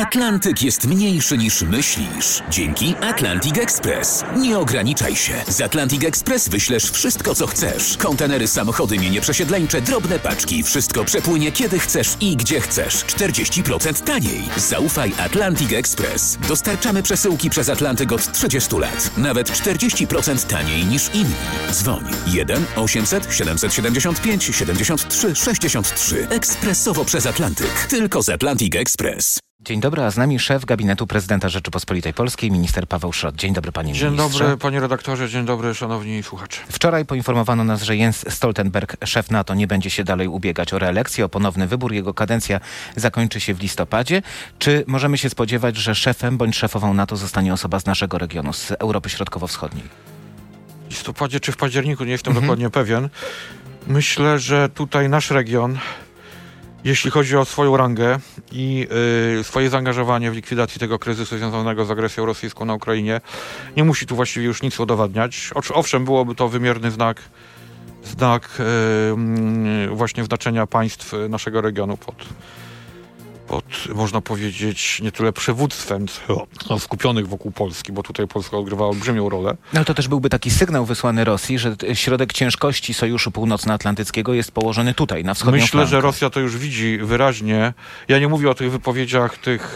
Atlantyk jest mniejszy niż myślisz. Dzięki Atlantic Express. Nie ograniczaj się. Z Atlantic Express wyślesz wszystko, co chcesz. Kontenery, samochody, mienie przesiedleńcze, drobne paczki. Wszystko przepłynie kiedy chcesz i gdzie chcesz. 40% taniej. Zaufaj Atlantic Express. Dostarczamy przesyłki przez Atlantyk od 30 lat. Nawet 40% taniej niż inni. Dzwoń 1-800-775-73-63. Ekspresowo przez Atlantyk. Tylko z Atlantic Express. Dzień dobry, a z nami szef gabinetu prezydenta Rzeczypospolitej Polskiej, minister Paweł Szrot. Dzień dobry, panie ministrze. Dzień dobry, panie redaktorze, dzień dobry, szanowni słuchacze. Wczoraj poinformowano nas, że Jens Stoltenberg, szef NATO, nie będzie się dalej ubiegać o reelekcję, o ponowny wybór. Jego kadencja zakończy się w listopadzie. Czy możemy się spodziewać, że szefem bądź szefową NATO zostanie osoba z naszego regionu, z Europy Środkowo-Wschodniej? W listopadzie czy w październiku, nie jestem dokładnie pewien. Myślę, że tutaj nasz region, jeśli chodzi o swoją rangę i swoje zaangażowanie w likwidacji tego kryzysu związanego z agresją rosyjską na Ukrainie, nie musi tu właściwie już nic udowadniać. Owszem, byłoby to wymierny znak właśnie znaczenia państw naszego regionu pod, można powiedzieć, nie tyle przywództwem skupionych wokół Polski, bo tutaj Polska odgrywała olbrzymią rolę. No to też byłby taki sygnał wysłany Rosji, że środek ciężkości Sojuszu Północnoatlantyckiego jest położony tutaj, na wschodnią Myślę, flankę. że Rosja to już widzi wyraźnie. Ja nie mówię o tych wypowiedziach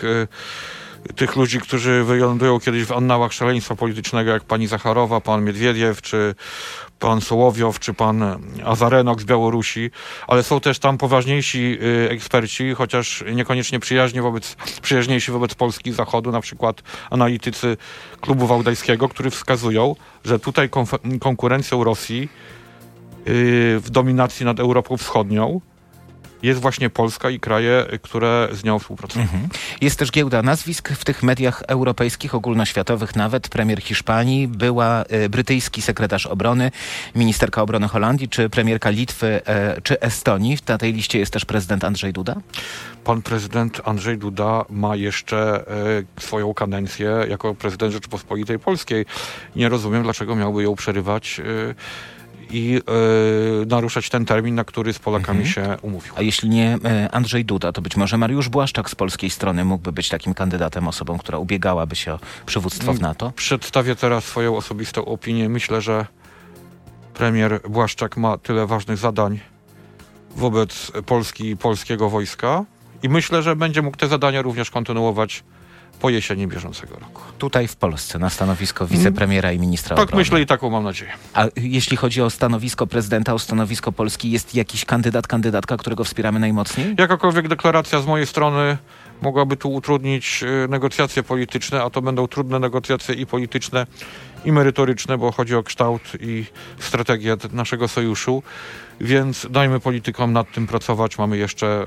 tych ludzi, którzy wylądują kiedyś w annałach szaleństwa politycznego, jak pani Zacharowa, pan Miedwiediew, czy pan Sołowiow, czy pan Azarenok z Białorusi, ale są też tam poważniejsi eksperci, chociaż niekoniecznie przyjaźniejsi wobec Polski i Zachodu, na przykład analitycy Klubu Wałdajskiego, którzy wskazują, że tutaj konkurencją Rosji w dominacji nad Europą Wschodnią jest właśnie Polska i kraje, które z nią współpracują. Jest też giełda nazwisk w tych mediach europejskich, ogólnoświatowych nawet. Premier Hiszpanii, była brytyjski sekretarz obrony, ministerka obrony Holandii, czy premierka Litwy, czy Estonii. Na tej liście jest też prezydent Andrzej Duda? Pan prezydent Andrzej Duda ma jeszcze swoją kadencję jako prezydent Rzeczypospolitej Polskiej. Nie rozumiem, dlaczego miałby ją przerywać i naruszać ten termin, na który z Polakami się umówił. A jeśli nie Andrzej Duda, to być może Mariusz Błaszczak z polskiej strony mógłby być takim kandydatem, osobą, która ubiegałaby się o przywództwo w NATO? Przedstawię teraz swoją osobistą opinię. Myślę, premier Błaszczak ma tyle ważnych zadań wobec Polski i polskiego wojska i myślę, że będzie mógł te zadania również kontynuować po jesieni bieżącego roku. Tutaj w Polsce, na stanowisko wicepremiera i ministra obrony. Tak myślę i taką mam nadzieję. A jeśli chodzi o stanowisko prezydenta, o stanowisko Polski, jest jakiś kandydatka, którego wspieramy najmocniej? Jakakolwiek deklaracja z mojej strony mogłaby tu utrudnić negocjacje polityczne, a to będą trudne negocjacje i polityczne, i merytoryczne, bo chodzi o kształt i strategię naszego sojuszu, więc dajmy politykom nad tym pracować. Mamy jeszcze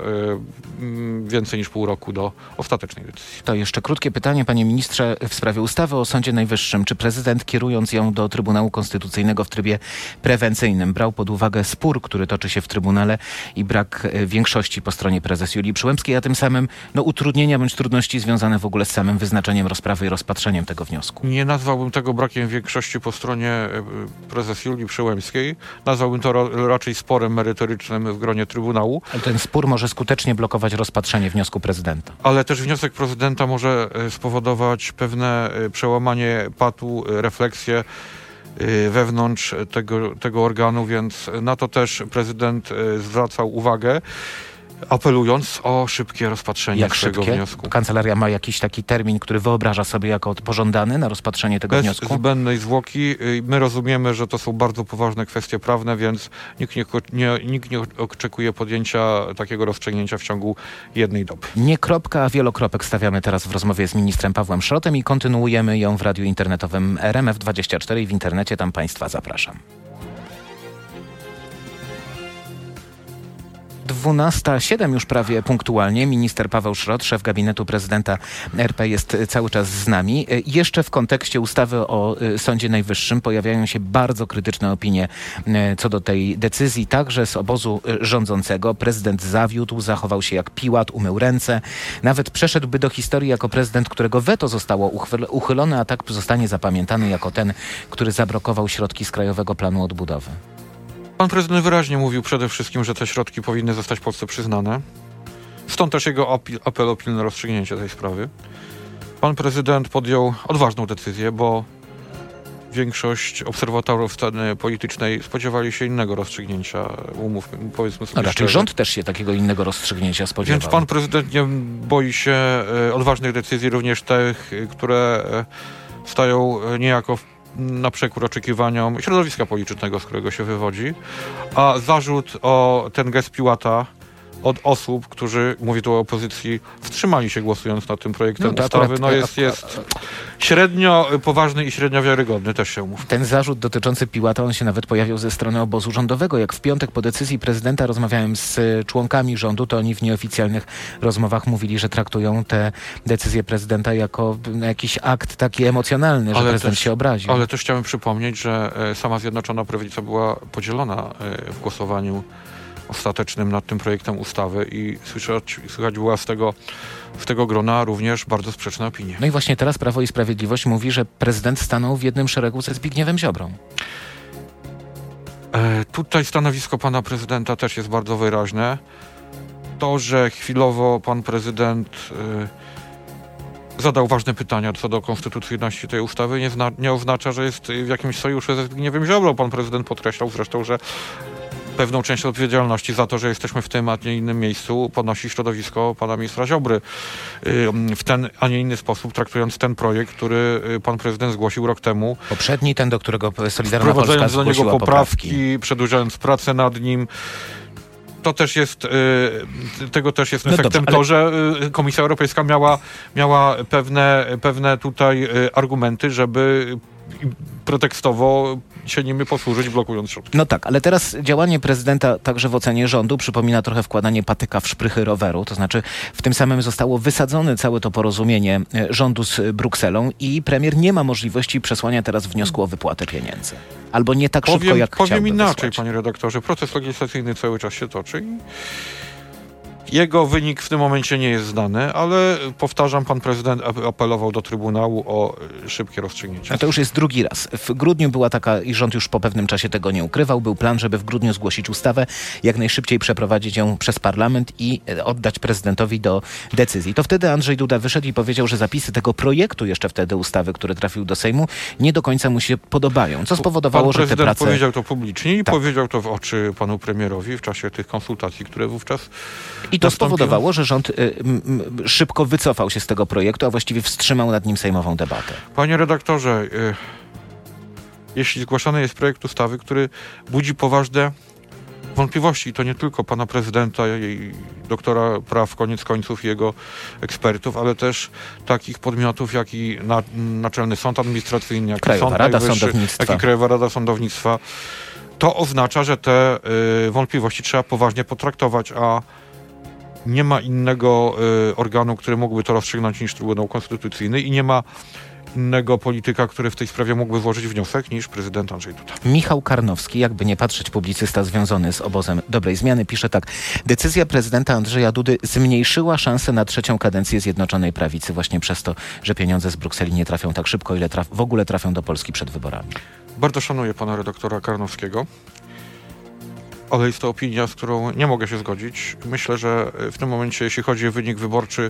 więcej niż pół roku do ostatecznej decyzji. To jeszcze krótkie pytanie, panie ministrze, w sprawie ustawy o Sądzie Najwyższym. Czy prezydent, kierując ją do Trybunału Konstytucyjnego w trybie prewencyjnym, brał pod uwagę spór, który toczy się w Trybunale i brak większości po stronie prezes Julii Przyłębskiej, a tym samym utrudnienia bądź trudności związane w ogóle z samym wyznaczeniem rozprawy i rozpatrzeniem tego wniosku? Nie nazwałbym tego brakiem większości po stronie prezes Julii Przyłębskiej. Nazwałbym to raczej sporem merytorycznym w gronie Trybunału. Ale ten spór może skutecznie blokować rozpatrzenie wniosku prezydenta. Ale też wniosek prezydenta może spowodować pewne przełamanie patu, refleksję wewnątrz tego organu, więc na to też prezydent zwracał uwagę, apelując o szybkie rozpatrzenie tego wniosku. Kancelaria ma jakiś taki termin, który wyobraża sobie jako pożądany na rozpatrzenie tego wniosku? Bez zbędnej zwłoki. My rozumiemy, że to są bardzo poważne kwestie prawne, więc nikt nie oczekuje podjęcia takiego rozstrzygnięcia w ciągu jednej doby. Nie kropka, a wielokropek stawiamy teraz w rozmowie z ministrem Pawłem Szrotem i kontynuujemy ją w radiu internetowym RMF24 i w internecie. Tam państwa zapraszam. 12:07 już prawie punktualnie. Minister Paweł Szrot, szef gabinetu prezydenta RP, jest cały czas z nami. Jeszcze w kontekście ustawy o Sądzie Najwyższym pojawiają się bardzo krytyczne opinie co do tej decyzji, także z obozu rządzącego. Prezydent zawiódł, zachował się jak Piłat, umył ręce. Nawet przeszedłby do historii jako prezydent, którego weto zostało uchylone, a tak zostanie zapamiętany jako ten, który zablokował środki z Krajowego Planu Odbudowy. Pan prezydent wyraźnie mówił przede wszystkim, że te środki powinny zostać Polsce przyznane. Stąd też jego apel o pilne rozstrzygnięcie tej sprawy. Pan prezydent podjął odważną decyzję, bo większość obserwatorów sceny politycznej spodziewali się innego rozstrzygnięcia umów, powiedzmy sobie Raczej szczerze. rząd też się takiego innego rozstrzygnięcia spodziewał. Więc pan prezydent nie boi się odważnych decyzji, również tych, które stają niejako na przekór oczekiwaniom środowiska politycznego, z którego się wywodzi. A zarzut o ten gest Piłata od osób, którzy, mówię tu o opozycji, wstrzymali się głosując nad tym projektem ustawy, jest średnio poważny i średnio wiarygodny, też się umów. Ten zarzut dotyczący Piłata, on się nawet pojawił ze strony obozu rządowego. Jak w piątek po decyzji prezydenta rozmawiałem z członkami rządu, to oni w nieoficjalnych rozmowach mówili, że traktują te decyzje prezydenta jako jakiś akt taki emocjonalny, że prezydent się obraził. Ale też chciałem przypomnieć, że sama Zjednoczona Prawica była podzielona w głosowaniu ostatecznym nad tym projektem ustawy i słychać była z tego grona również bardzo sprzeczne opinie. No i właśnie teraz Prawo i Sprawiedliwość mówi, że prezydent stanął w jednym szeregu ze Zbigniewem Ziobrą. Tutaj stanowisko pana prezydenta też jest bardzo wyraźne. To, że chwilowo pan prezydent zadał ważne pytania co do konstytucyjności tej ustawy, nie oznacza, że jest w jakimś sojuszu ze Zbigniewem Ziobrą. Pan prezydent podkreślał zresztą, że pewną część odpowiedzialności za to, że jesteśmy w tym, a nie innym miejscu, ponosi środowisko pana ministra Ziobry. W ten, a nie inny sposób, traktując ten projekt, który pan prezydent zgłosił rok temu. Poprzedni, ten, do którego Solidarna Polska wprowadzając do niego poprawki, przedłużając pracę nad nim. To też jest, tego też jest efektem dobrze, ale... to, że Komisja Europejska miała pewne tutaj argumenty, żeby pretekstowo się nimi posłużyć, blokując środki. No tak, ale teraz działanie prezydenta także w ocenie rządu przypomina trochę wkładanie patyka w szprychy roweru, to znaczy w tym samym zostało wysadzone całe to porozumienie rządu z Brukselą i premier nie ma możliwości przesłania teraz wniosku o wypłatę pieniędzy. Albo nie tak szybko, jak chciałby Powiem inaczej, wysłać. panie redaktorze. Proces legislacyjny cały czas się toczy i jego wynik w tym momencie nie jest znany, ale powtarzam, pan prezydent apelował do Trybunału o szybkie rozstrzygnięcie. A to już jest drugi raz. W grudniu była taka, i rząd już po pewnym czasie tego nie ukrywał, był plan, żeby w grudniu zgłosić ustawę, jak najszybciej przeprowadzić ją przez parlament i oddać prezydentowi do decyzji. To wtedy Andrzej Duda wyszedł i powiedział, że zapisy tego projektu jeszcze wtedy ustawy, który trafił do Sejmu, nie do końca mu się podobają, co spowodowało, że te prace... Pan prezydent powiedział to publicznie i tak. powiedział to w oczy panu premierowi w czasie tych konsultacji, które wówczas I to spowodowało, że rząd szybko wycofał się z tego projektu, a właściwie wstrzymał nad nim sejmową debatę. Panie redaktorze, jeśli zgłaszany jest projekt ustawy, który budzi poważne wątpliwości, to nie tylko pana prezydenta i doktora praw, koniec końców, i jego ekspertów, ale też takich podmiotów, jak i Naczelny Sąd Administracyjny, jak i Sąd Najwyższy, jak i Krajowa Rada Sądownictwa, to oznacza, że te wątpliwości trzeba poważnie potraktować, a nie ma innego organu, który mógłby to rozstrzygnąć niż Trybunał Konstytucyjny i nie ma innego polityka, który w tej sprawie mógłby złożyć wniosek niż prezydent Andrzej Duda. Michał Karnowski, jakby nie patrzeć, publicysta związany z obozem Dobrej Zmiany, pisze tak. Decyzja prezydenta Andrzeja Dudy zmniejszyła szansę na trzecią kadencję Zjednoczonej Prawicy właśnie przez to, że pieniądze z Brukseli nie trafią tak szybko, ile w ogóle trafią do Polski przed wyborami. Bardzo szanuję pana redaktora Karnowskiego, ale jest to opinia, z którą nie mogę się zgodzić. Myślę, że w tym momencie, jeśli chodzi o wynik wyborczy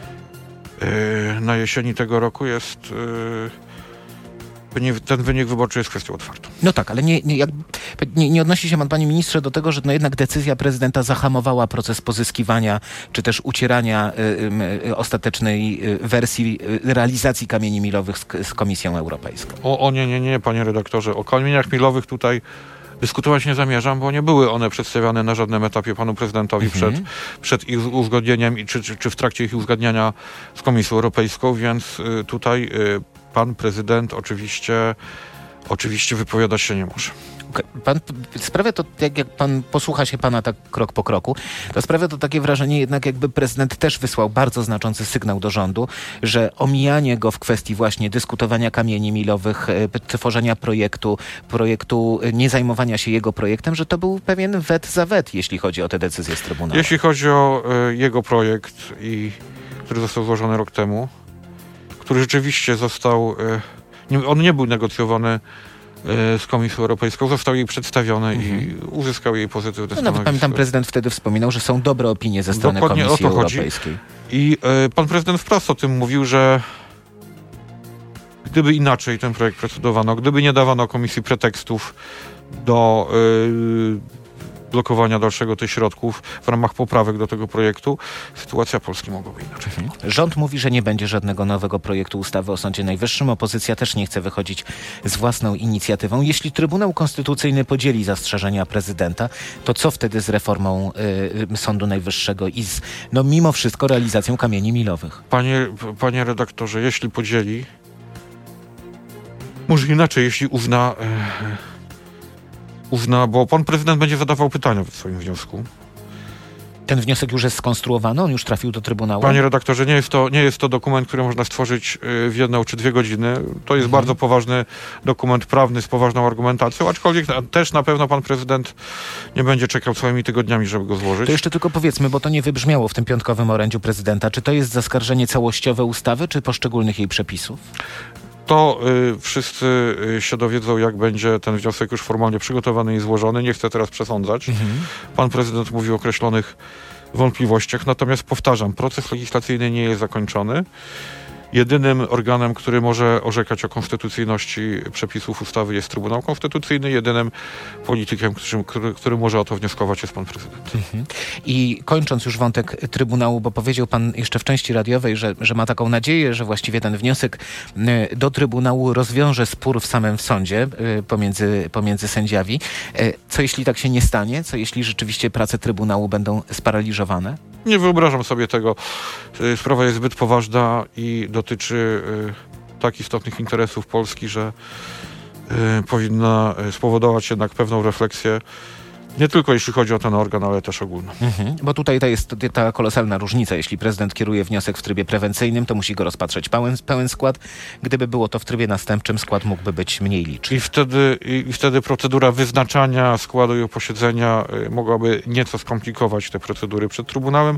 na jesieni tego roku, ten wynik wyborczy jest kwestią otwartą. No tak, ale nie odnosi się pan, panie ministrze, do tego, że jednak decyzja prezydenta zahamowała proces pozyskiwania, czy też ucierania ostatecznej wersji realizacji kamieni milowych z Komisją Europejską. Nie, panie redaktorze. O kamieniach milowych tutaj dyskutować nie zamierzam, bo nie były one przedstawiane na żadnym etapie panu prezydentowi przed ich uzgodnieniem czy w trakcie ich uzgadniania z Komisją Europejską, więc tutaj pan prezydent oczywiście wypowiadać się nie może. Pan sprawia to, jak pan posłucha się pana tak krok po kroku, to sprawia to takie wrażenie jednak, jakby prezydent też wysłał bardzo znaczący sygnał do rządu, że omijanie go w kwestii właśnie dyskutowania kamieni milowych, tworzenia projektu, nie zajmowania się jego projektem, że to był pewien wet za wet, jeśli chodzi o te decyzje z Trybunału. Jeśli chodzi o jego projekt, który został złożony rok temu, który rzeczywiście został, on nie był negocjowany z Komisją Europejską, został jej przedstawiony i uzyskał jej pozytywne stanowisko. Nawet pamiętam, prezydent wtedy wspominał, że są dobre opinie ze strony Dokładnie Komisji o to chodzi. Europejskiej. I pan prezydent wprost o tym mówił, że gdyby inaczej ten projekt procedowano, gdyby nie dawano komisji pretekstów do blokowania dalszego tych środków w ramach poprawek do tego projektu, sytuacja Polski mogłaby inaczej. Rząd mówi, że nie będzie żadnego nowego projektu ustawy o Sądzie Najwyższym. Opozycja też nie chce wychodzić z własną inicjatywą. Jeśli Trybunał Konstytucyjny podzieli zastrzeżenia prezydenta, to co wtedy z reformą Sądu Najwyższego i z, mimo wszystko, realizacją kamieni milowych? Panie redaktorze, jeśli podzieli, może inaczej, jeśli uzna, bo pan prezydent będzie zadawał pytania w swoim wniosku. Ten wniosek już jest skonstruowany? On już trafił do Trybunału? Panie redaktorze, nie jest to dokument, który można stworzyć w 1 czy 2 godziny. To jest bardzo poważny dokument prawny z poważną argumentacją, aczkolwiek też na pewno pan prezydent nie będzie czekał całymi tygodniami, żeby go złożyć. To jeszcze tylko powiedzmy, bo to nie wybrzmiało w tym piątkowym orędziu prezydenta. Czy to jest zaskarżenie całościowe ustawy, czy poszczególnych jej przepisów? To wszyscy się dowiedzą, jak będzie ten wniosek już formalnie przygotowany i złożony. Nie chcę teraz przesądzać. Pan prezydent mówi o określonych wątpliwościach. Natomiast powtarzam, proces legislacyjny nie jest zakończony. Jedynym organem, który może orzekać o konstytucyjności przepisów ustawy, jest Trybunał Konstytucyjny. Jedynym politykiem, który może o to wnioskować, jest pan prezydent. I kończąc już wątek Trybunału, bo powiedział pan jeszcze w części radiowej, że ma taką nadzieję, że właściwie ten wniosek do Trybunału rozwiąże spór w samym sądzie pomiędzy sędziami. Co jeśli tak się nie stanie? Co jeśli rzeczywiście prace Trybunału będą sparaliżowane? Nie wyobrażam sobie tego. Sprawa jest zbyt poważna i dotyczy tak istotnych interesów Polski, że powinna spowodować jednak pewną refleksję, nie tylko jeśli chodzi o ten organ, ale też ogólną. Bo tutaj to jest ta kolosalna różnica. Jeśli prezydent kieruje wniosek w trybie prewencyjnym, to musi go rozpatrzeć pełen skład. Gdyby było to w trybie następczym, skład mógłby być mniej liczny. I wtedy procedura wyznaczania składu i posiedzenia mogłaby nieco skomplikować te procedury przed Trybunałem.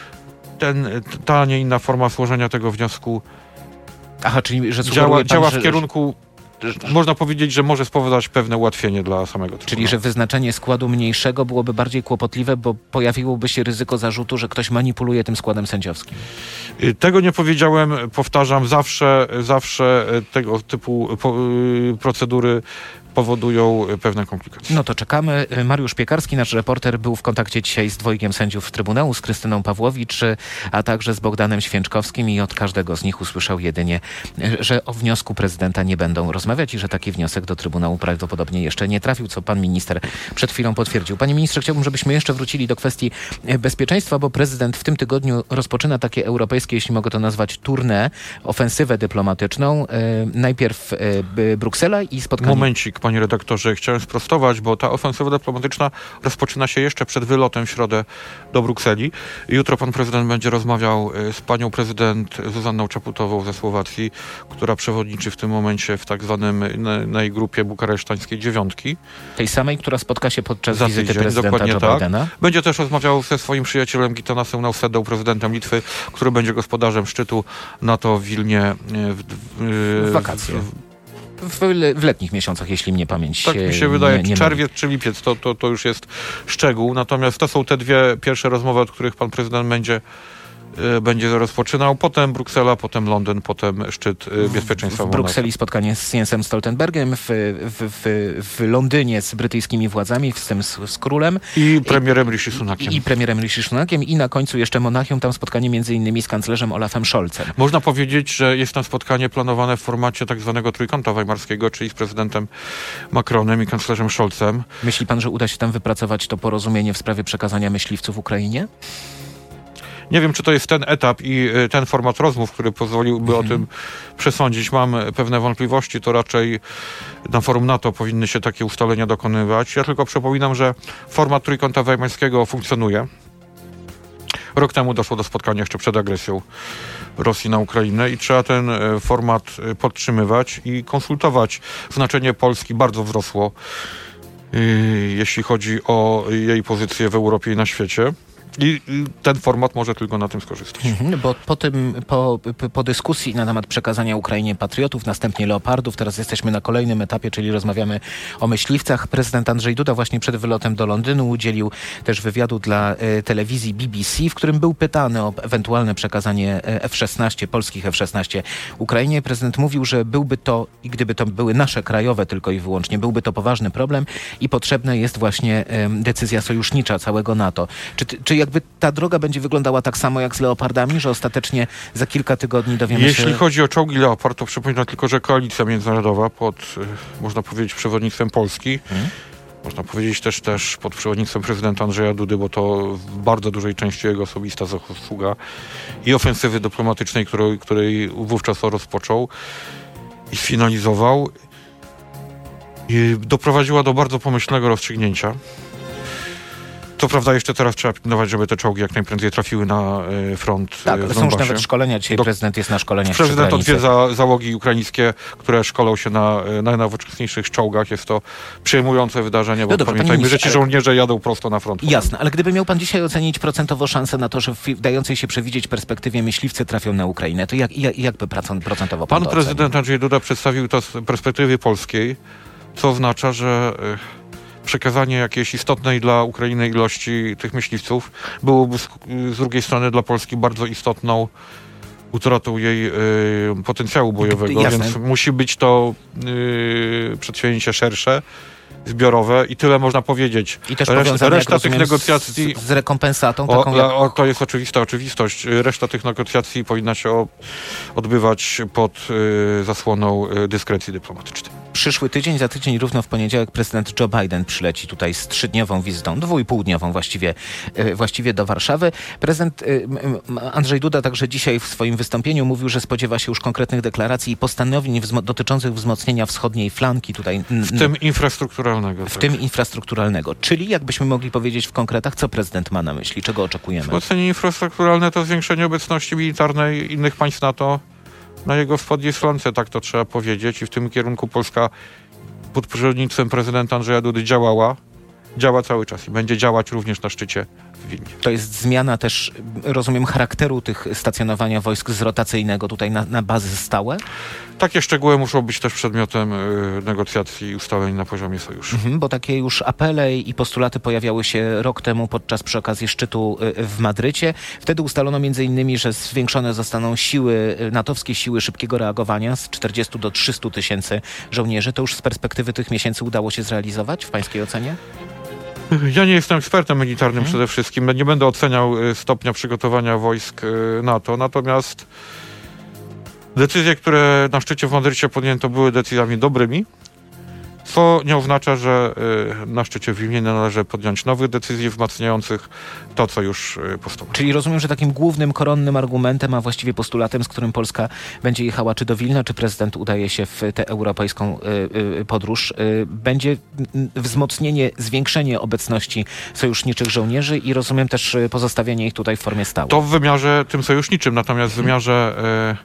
Ta, a nie inna forma złożenia tego wniosku czyli że działa w kierunku, można powiedzieć, że może spowodować pewne ułatwienie dla samego Trybunału. Czyli, że wyznaczenie składu mniejszego byłoby bardziej kłopotliwe, bo pojawiłoby się ryzyko zarzutu, że ktoś manipuluje tym składem sędziowskim. Tego nie powiedziałem, powtarzam, zawsze tego typu procedury powodują pewne komplikacje. No to czekamy. Mariusz Piekarski, nasz reporter, był w kontakcie dzisiaj z dwojgiem sędziów Trybunału, z Krystyną Pawłowicz, a także z Bogdanem Święczkowskim i od każdego z nich usłyszał jedynie, że o wniosku prezydenta nie będą rozmawiać i że taki wniosek do Trybunału prawdopodobnie jeszcze nie trafił, co pan minister przed chwilą potwierdził. Panie ministrze, chciałbym, żebyśmy jeszcze wrócili do kwestii bezpieczeństwa, bo prezydent w tym tygodniu rozpoczyna takie europejskie, jeśli mogę to nazwać, tournée, ofensywę dyplomatyczną. Najpierw Bruksela i spotkanie... Momencik, panie redaktorze, chciałem sprostować, bo ta ofensywa dyplomatyczna rozpoczyna się jeszcze przed wylotem w środę do Brukseli. Jutro pan prezydent będzie rozmawiał z panią prezydent Zuzanną Czaputową ze Słowacji, która przewodniczy w tym momencie w tak zwanej grupie bukaresztańskiej dziewiątki. Tej samej, która spotka się podczas wizyty prezydenta Joe Bidena. Będzie też rozmawiał ze swoim przyjacielem Gitanasem Naussedą, prezydentem Litwy, który będzie gospodarzem szczytu NATO w Wilnie w wakacje. W letnich miesiącach, jeśli mnie pamięć tak mi się wydaje, czy czerwiec, czy lipiec, to już jest szczegół. Natomiast to są te dwie pierwsze rozmowy, od których pan prezydent będzie rozpoczynał. Potem Bruksela, potem Londyn, potem szczyt bezpieczeństwa. W Brukseli spotkanie z Jensem Stoltenbergiem, w Londynie z brytyjskimi władzami, z tym z królem. I premierem Rishi Sunakiem. I na końcu jeszcze Monachium, tam spotkanie między innymi z kanclerzem Olafem Scholzem. Można powiedzieć, że jest tam spotkanie planowane w formacie tak zwanego trójkąta weimarskiego, czyli z prezydentem Macronem i kanclerzem Scholzem. Myśli pan, że uda się tam wypracować to porozumienie w sprawie przekazania myśliwców Ukrainie? Nie wiem, czy to jest ten etap i ten format rozmów, który pozwoliłby o tym przesądzić. Mam pewne wątpliwości, to raczej na forum NATO powinny się takie ustalenia dokonywać. Ja tylko przypominam, że format trójkąta weimarskiego funkcjonuje. Rok temu doszło do spotkania jeszcze przed agresją Rosji na Ukrainę i trzeba ten format podtrzymywać i konsultować. Znaczenie Polski bardzo wzrosło, jeśli chodzi o jej pozycję w Europie i na świecie. I ten format może tylko na tym skorzystać. Bo po dyskusji na temat przekazania Ukrainie patriotów, następnie leopardów, teraz jesteśmy na kolejnym etapie, czyli rozmawiamy o myśliwcach. Prezydent Andrzej Duda właśnie przed wylotem do Londynu udzielił też wywiadu dla telewizji BBC, w którym był pytany o ewentualne przekazanie F-16, polskich F-16 Ukrainie. Prezydent mówił, że byłby to, i gdyby to były nasze krajowe tylko i wyłącznie, byłby to poważny problem i potrzebna jest właśnie decyzja sojusznicza całego NATO. Czy jakby ta droga będzie wyglądała tak samo jak z Leopardami, że ostatecznie za kilka tygodni dowiemy się... Jeśli chodzi o czołgi Leopard, to przypominam tylko, że koalicja międzynarodowa pod, można powiedzieć, przewodnictwem Polski, można powiedzieć też pod przewodnictwem prezydenta Andrzeja Dudy, bo to w bardzo dużej części jego osobista zasługa i ofensywy dyplomatycznej, której wówczas rozpoczął i sfinalizował, i doprowadziła do bardzo pomyślnego rozstrzygnięcia. Co prawda jeszcze teraz trzeba pilnować, żeby te czołgi jak najprędzej trafiły na front w Donbasie. Są już nawet szkolenia. Dzisiaj prezydent jest na szkoleniach. Prezydent odwiedza załogi ukraińskie, które szkolą się na najnowocześniejszych czołgach. Jest to przejmujące wydarzenie, bo pamiętajmy, że ci żołnierze jadą prosto na front. Jasne, ale gdyby miał pan dzisiaj ocenić procentowo szansę na to, że w dającej się przewidzieć perspektywie myśliwcy trafią na Ukrainę, to jakby procentowo pan prezydent Andrzej Duda przedstawił to z perspektywy polskiej, co oznacza, że przekazanie jakiejś istotnej dla Ukrainy ilości tych myśliwców byłoby z drugiej strony dla Polski bardzo istotną utratą jej potencjału bojowego, więc musi być to przedsięwzięcie szersze, zbiorowe i tyle można powiedzieć. I też reszta tych negocjacji z rekompensatą taką to jest oczywista oczywistość. Reszta tych negocjacji powinna się odbywać pod zasłoną dyskrecji dyplomatycznej. Przyszły tydzień, za tydzień równo w poniedziałek prezydent Joe Biden przyleci tutaj z 3-dniową wizytą, 2,5-dniową właściwie do Warszawy. Prezydent Andrzej Duda także dzisiaj w swoim wystąpieniu mówił, że spodziewa się już konkretnych deklaracji i postanowień dotyczących wzmocnienia wschodniej flanki tutaj. W tym infrastrukturalnego. W tym infrastrukturalnego. Czyli jakbyśmy mogli powiedzieć w konkretach, co prezydent ma na myśli, czego oczekujemy? Wzmocnienie infrastrukturalne to zwiększenie obecności militarnej innych państw NATO na jego wschodniej flance, tak to trzeba powiedzieć. I w tym kierunku Polska pod przewodnictwem prezydenta Andrzeja Dudy działa cały czas i będzie działać również na szczycie w Wilnie. To jest zmiana też, rozumiem, charakteru tych stacjonowania wojsk z rotacyjnego tutaj na bazy stałe? Takie szczegóły muszą być też przedmiotem negocjacji i ustaleń na poziomie sojuszu. Bo takie już apele i postulaty pojawiały się rok temu przy okazji szczytu w Madrycie. Wtedy ustalono m.in., że zwiększone zostaną natowskie siły szybkiego reagowania z 40 do 300 tysięcy żołnierzy. To już z perspektywy tych miesięcy udało się zrealizować w pańskiej ocenie? Ja nie jestem ekspertem militarnym przede wszystkim. Nie będę oceniał stopnia przygotowania wojsk NATO. Natomiast decyzje, które na szczycie w Madrycie podjęto, były decyzjami dobrymi, co nie oznacza, że na szczycie w Wilnie należy podjąć nowych decyzji wzmacniających to, co już postąpiło. Czyli rozumiem, że takim głównym, koronnym argumentem, a właściwie postulatem, z którym Polska będzie jechała czy do Wilna, czy prezydent udaje się w tę europejską podróż, będzie wzmocnienie, zwiększenie obecności sojuszniczych żołnierzy i rozumiem też pozostawienie ich tutaj w formie stałej. To w wymiarze tym sojuszniczym, natomiast w wymiarze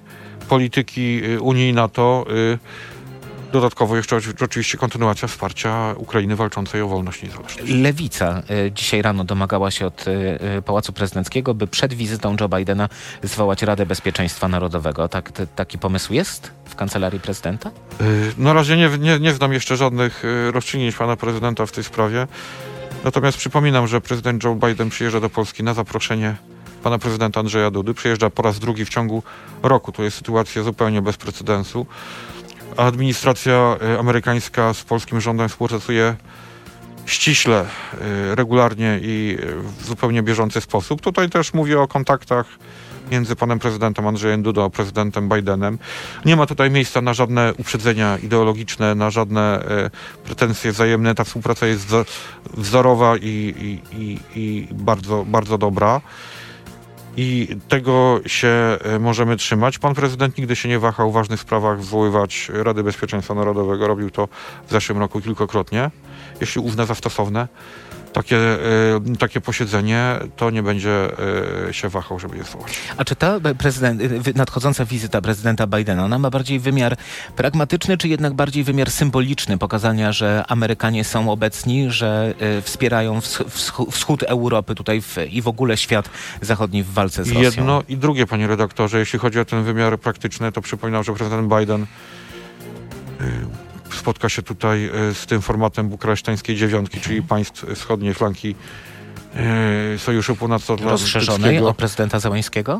polityki Unii i NATO dodatkowo jeszcze oczywiście kontynuacja wsparcia Ukrainy walczącej o wolność i niezależność. Lewica dzisiaj rano domagała się od Pałacu Prezydenckiego, by przed wizytą Joe Bidena zwołać Radę Bezpieczeństwa Narodowego. Taki pomysł jest w Kancelarii Prezydenta? Na razie nie znam jeszcze żadnych rozstrzygnięć pana prezydenta w tej sprawie. Natomiast przypominam, że prezydent Joe Biden przyjeżdża do Polski na zaproszenie pana prezydenta Andrzeja Dudy. Przyjeżdża po raz drugi w ciągu roku. To jest sytuacja zupełnie bez precedensu. Administracja amerykańska z polskim rządem współpracuje ściśle, regularnie i w zupełnie bieżący sposób. Tutaj też mówię o kontaktach między panem prezydentem Andrzejem Dudą a prezydentem Bidenem. Nie ma tutaj miejsca na żadne uprzedzenia ideologiczne, na żadne pretensje wzajemne. Ta współpraca jest wzorowa i bardzo, bardzo dobra. I tego się możemy trzymać. Pan prezydent nigdy się nie wahał w ważnych sprawach zwoływać Rady Bezpieczeństwa Narodowego. Robił to w zeszłym roku kilkakrotnie, jeśli uzna za stosowne. takie posiedzenie, to nie będzie się wahał, żeby je zwołać. A czy ta nadchodząca wizyta prezydenta Bidena, ona ma bardziej wymiar pragmatyczny, czy jednak bardziej wymiar symboliczny, pokazania, że Amerykanie są obecni, że wspierają wschód Europy tutaj i w ogóle świat zachodni w walce z Rosją? Jedno i drugie, panie redaktorze. Jeśli chodzi o ten wymiar praktyczny, to przypominam, że prezydent Biden spotka się tutaj z tym formatem bukaresztańskiej dziewiątki, czyli państw wschodniej flanki Sojuszu Północnoatlantyckiego. Rozszerzonej o prezydenta Zełańskiego?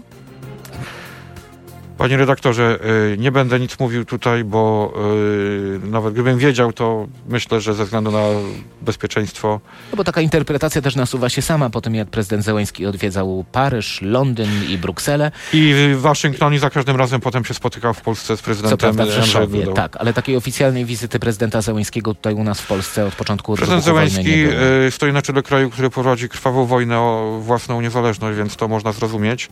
Panie redaktorze, nie będę nic mówił tutaj, bo nawet gdybym wiedział, to myślę, że ze względu na bezpieczeństwo... No bo taka interpretacja też nasuwa się sama po tym, jak prezydent Zełański odwiedzał Paryż, Londyn i Brukselę. I Waszyngton i za każdym razem potem się spotykał w Polsce z prezydentem. Co prawda w Rzeszowie, tak, ale takiej oficjalnej wizyty prezydenta Zełańskiego tutaj u nas w Polsce od początku prezydent Zełański stoi na czele kraju, który prowadzi krwawą wojnę o własną niezależność, więc to można zrozumieć.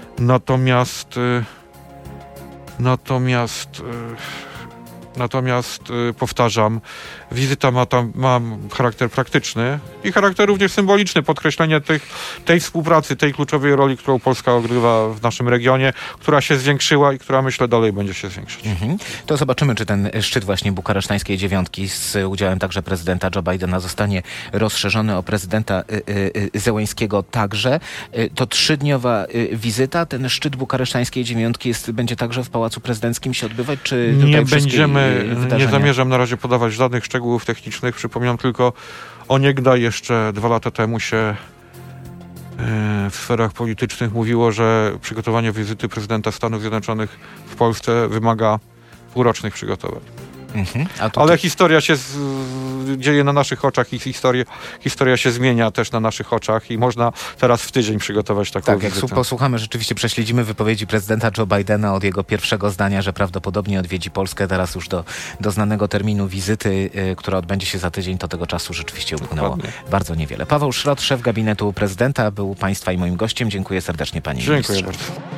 Natomiast powtarzam, wizyta ma charakter praktyczny i charakter również symboliczny, podkreślenie tej współpracy, tej kluczowej roli, którą Polska odgrywa w naszym regionie, która się zwiększyła i która, myślę, dalej będzie się zwiększać. To zobaczymy, czy ten szczyt właśnie bukaresztańskiej dziewiątki z udziałem także prezydenta Joe Bidena zostanie rozszerzony o prezydenta Zełańskiego także. To 3-dniowa wizyta. Ten szczyt bukaresztańskiej dziewiątki będzie także w Pałacu Prezydenckim się odbywać, czy nie zamierzam na razie podawać żadnych szczegółów technicznych. Przypominam tylko, onegdaj jeszcze 2 lata temu się w sferach politycznych mówiło, że przygotowanie wizyty prezydenta Stanów Zjednoczonych w Polsce wymaga półrocznych przygotowań. Ale historia się dzieje na naszych oczach i historia się zmienia też na naszych oczach i można teraz w tydzień przygotować taką wizytę. Jak posłuchamy, rzeczywiście prześledzimy wypowiedzi prezydenta Joe Bidena od jego pierwszego zdania, że prawdopodobnie odwiedzi Polskę, teraz już do znanego terminu wizyty, która odbędzie się za tydzień, to tego czasu rzeczywiście upłynęło bardzo niewiele. Paweł Szrot, szef gabinetu prezydenta, był państwa i moim gościem. Dziękuję serdecznie, panie ministrze. Dziękuję bardzo.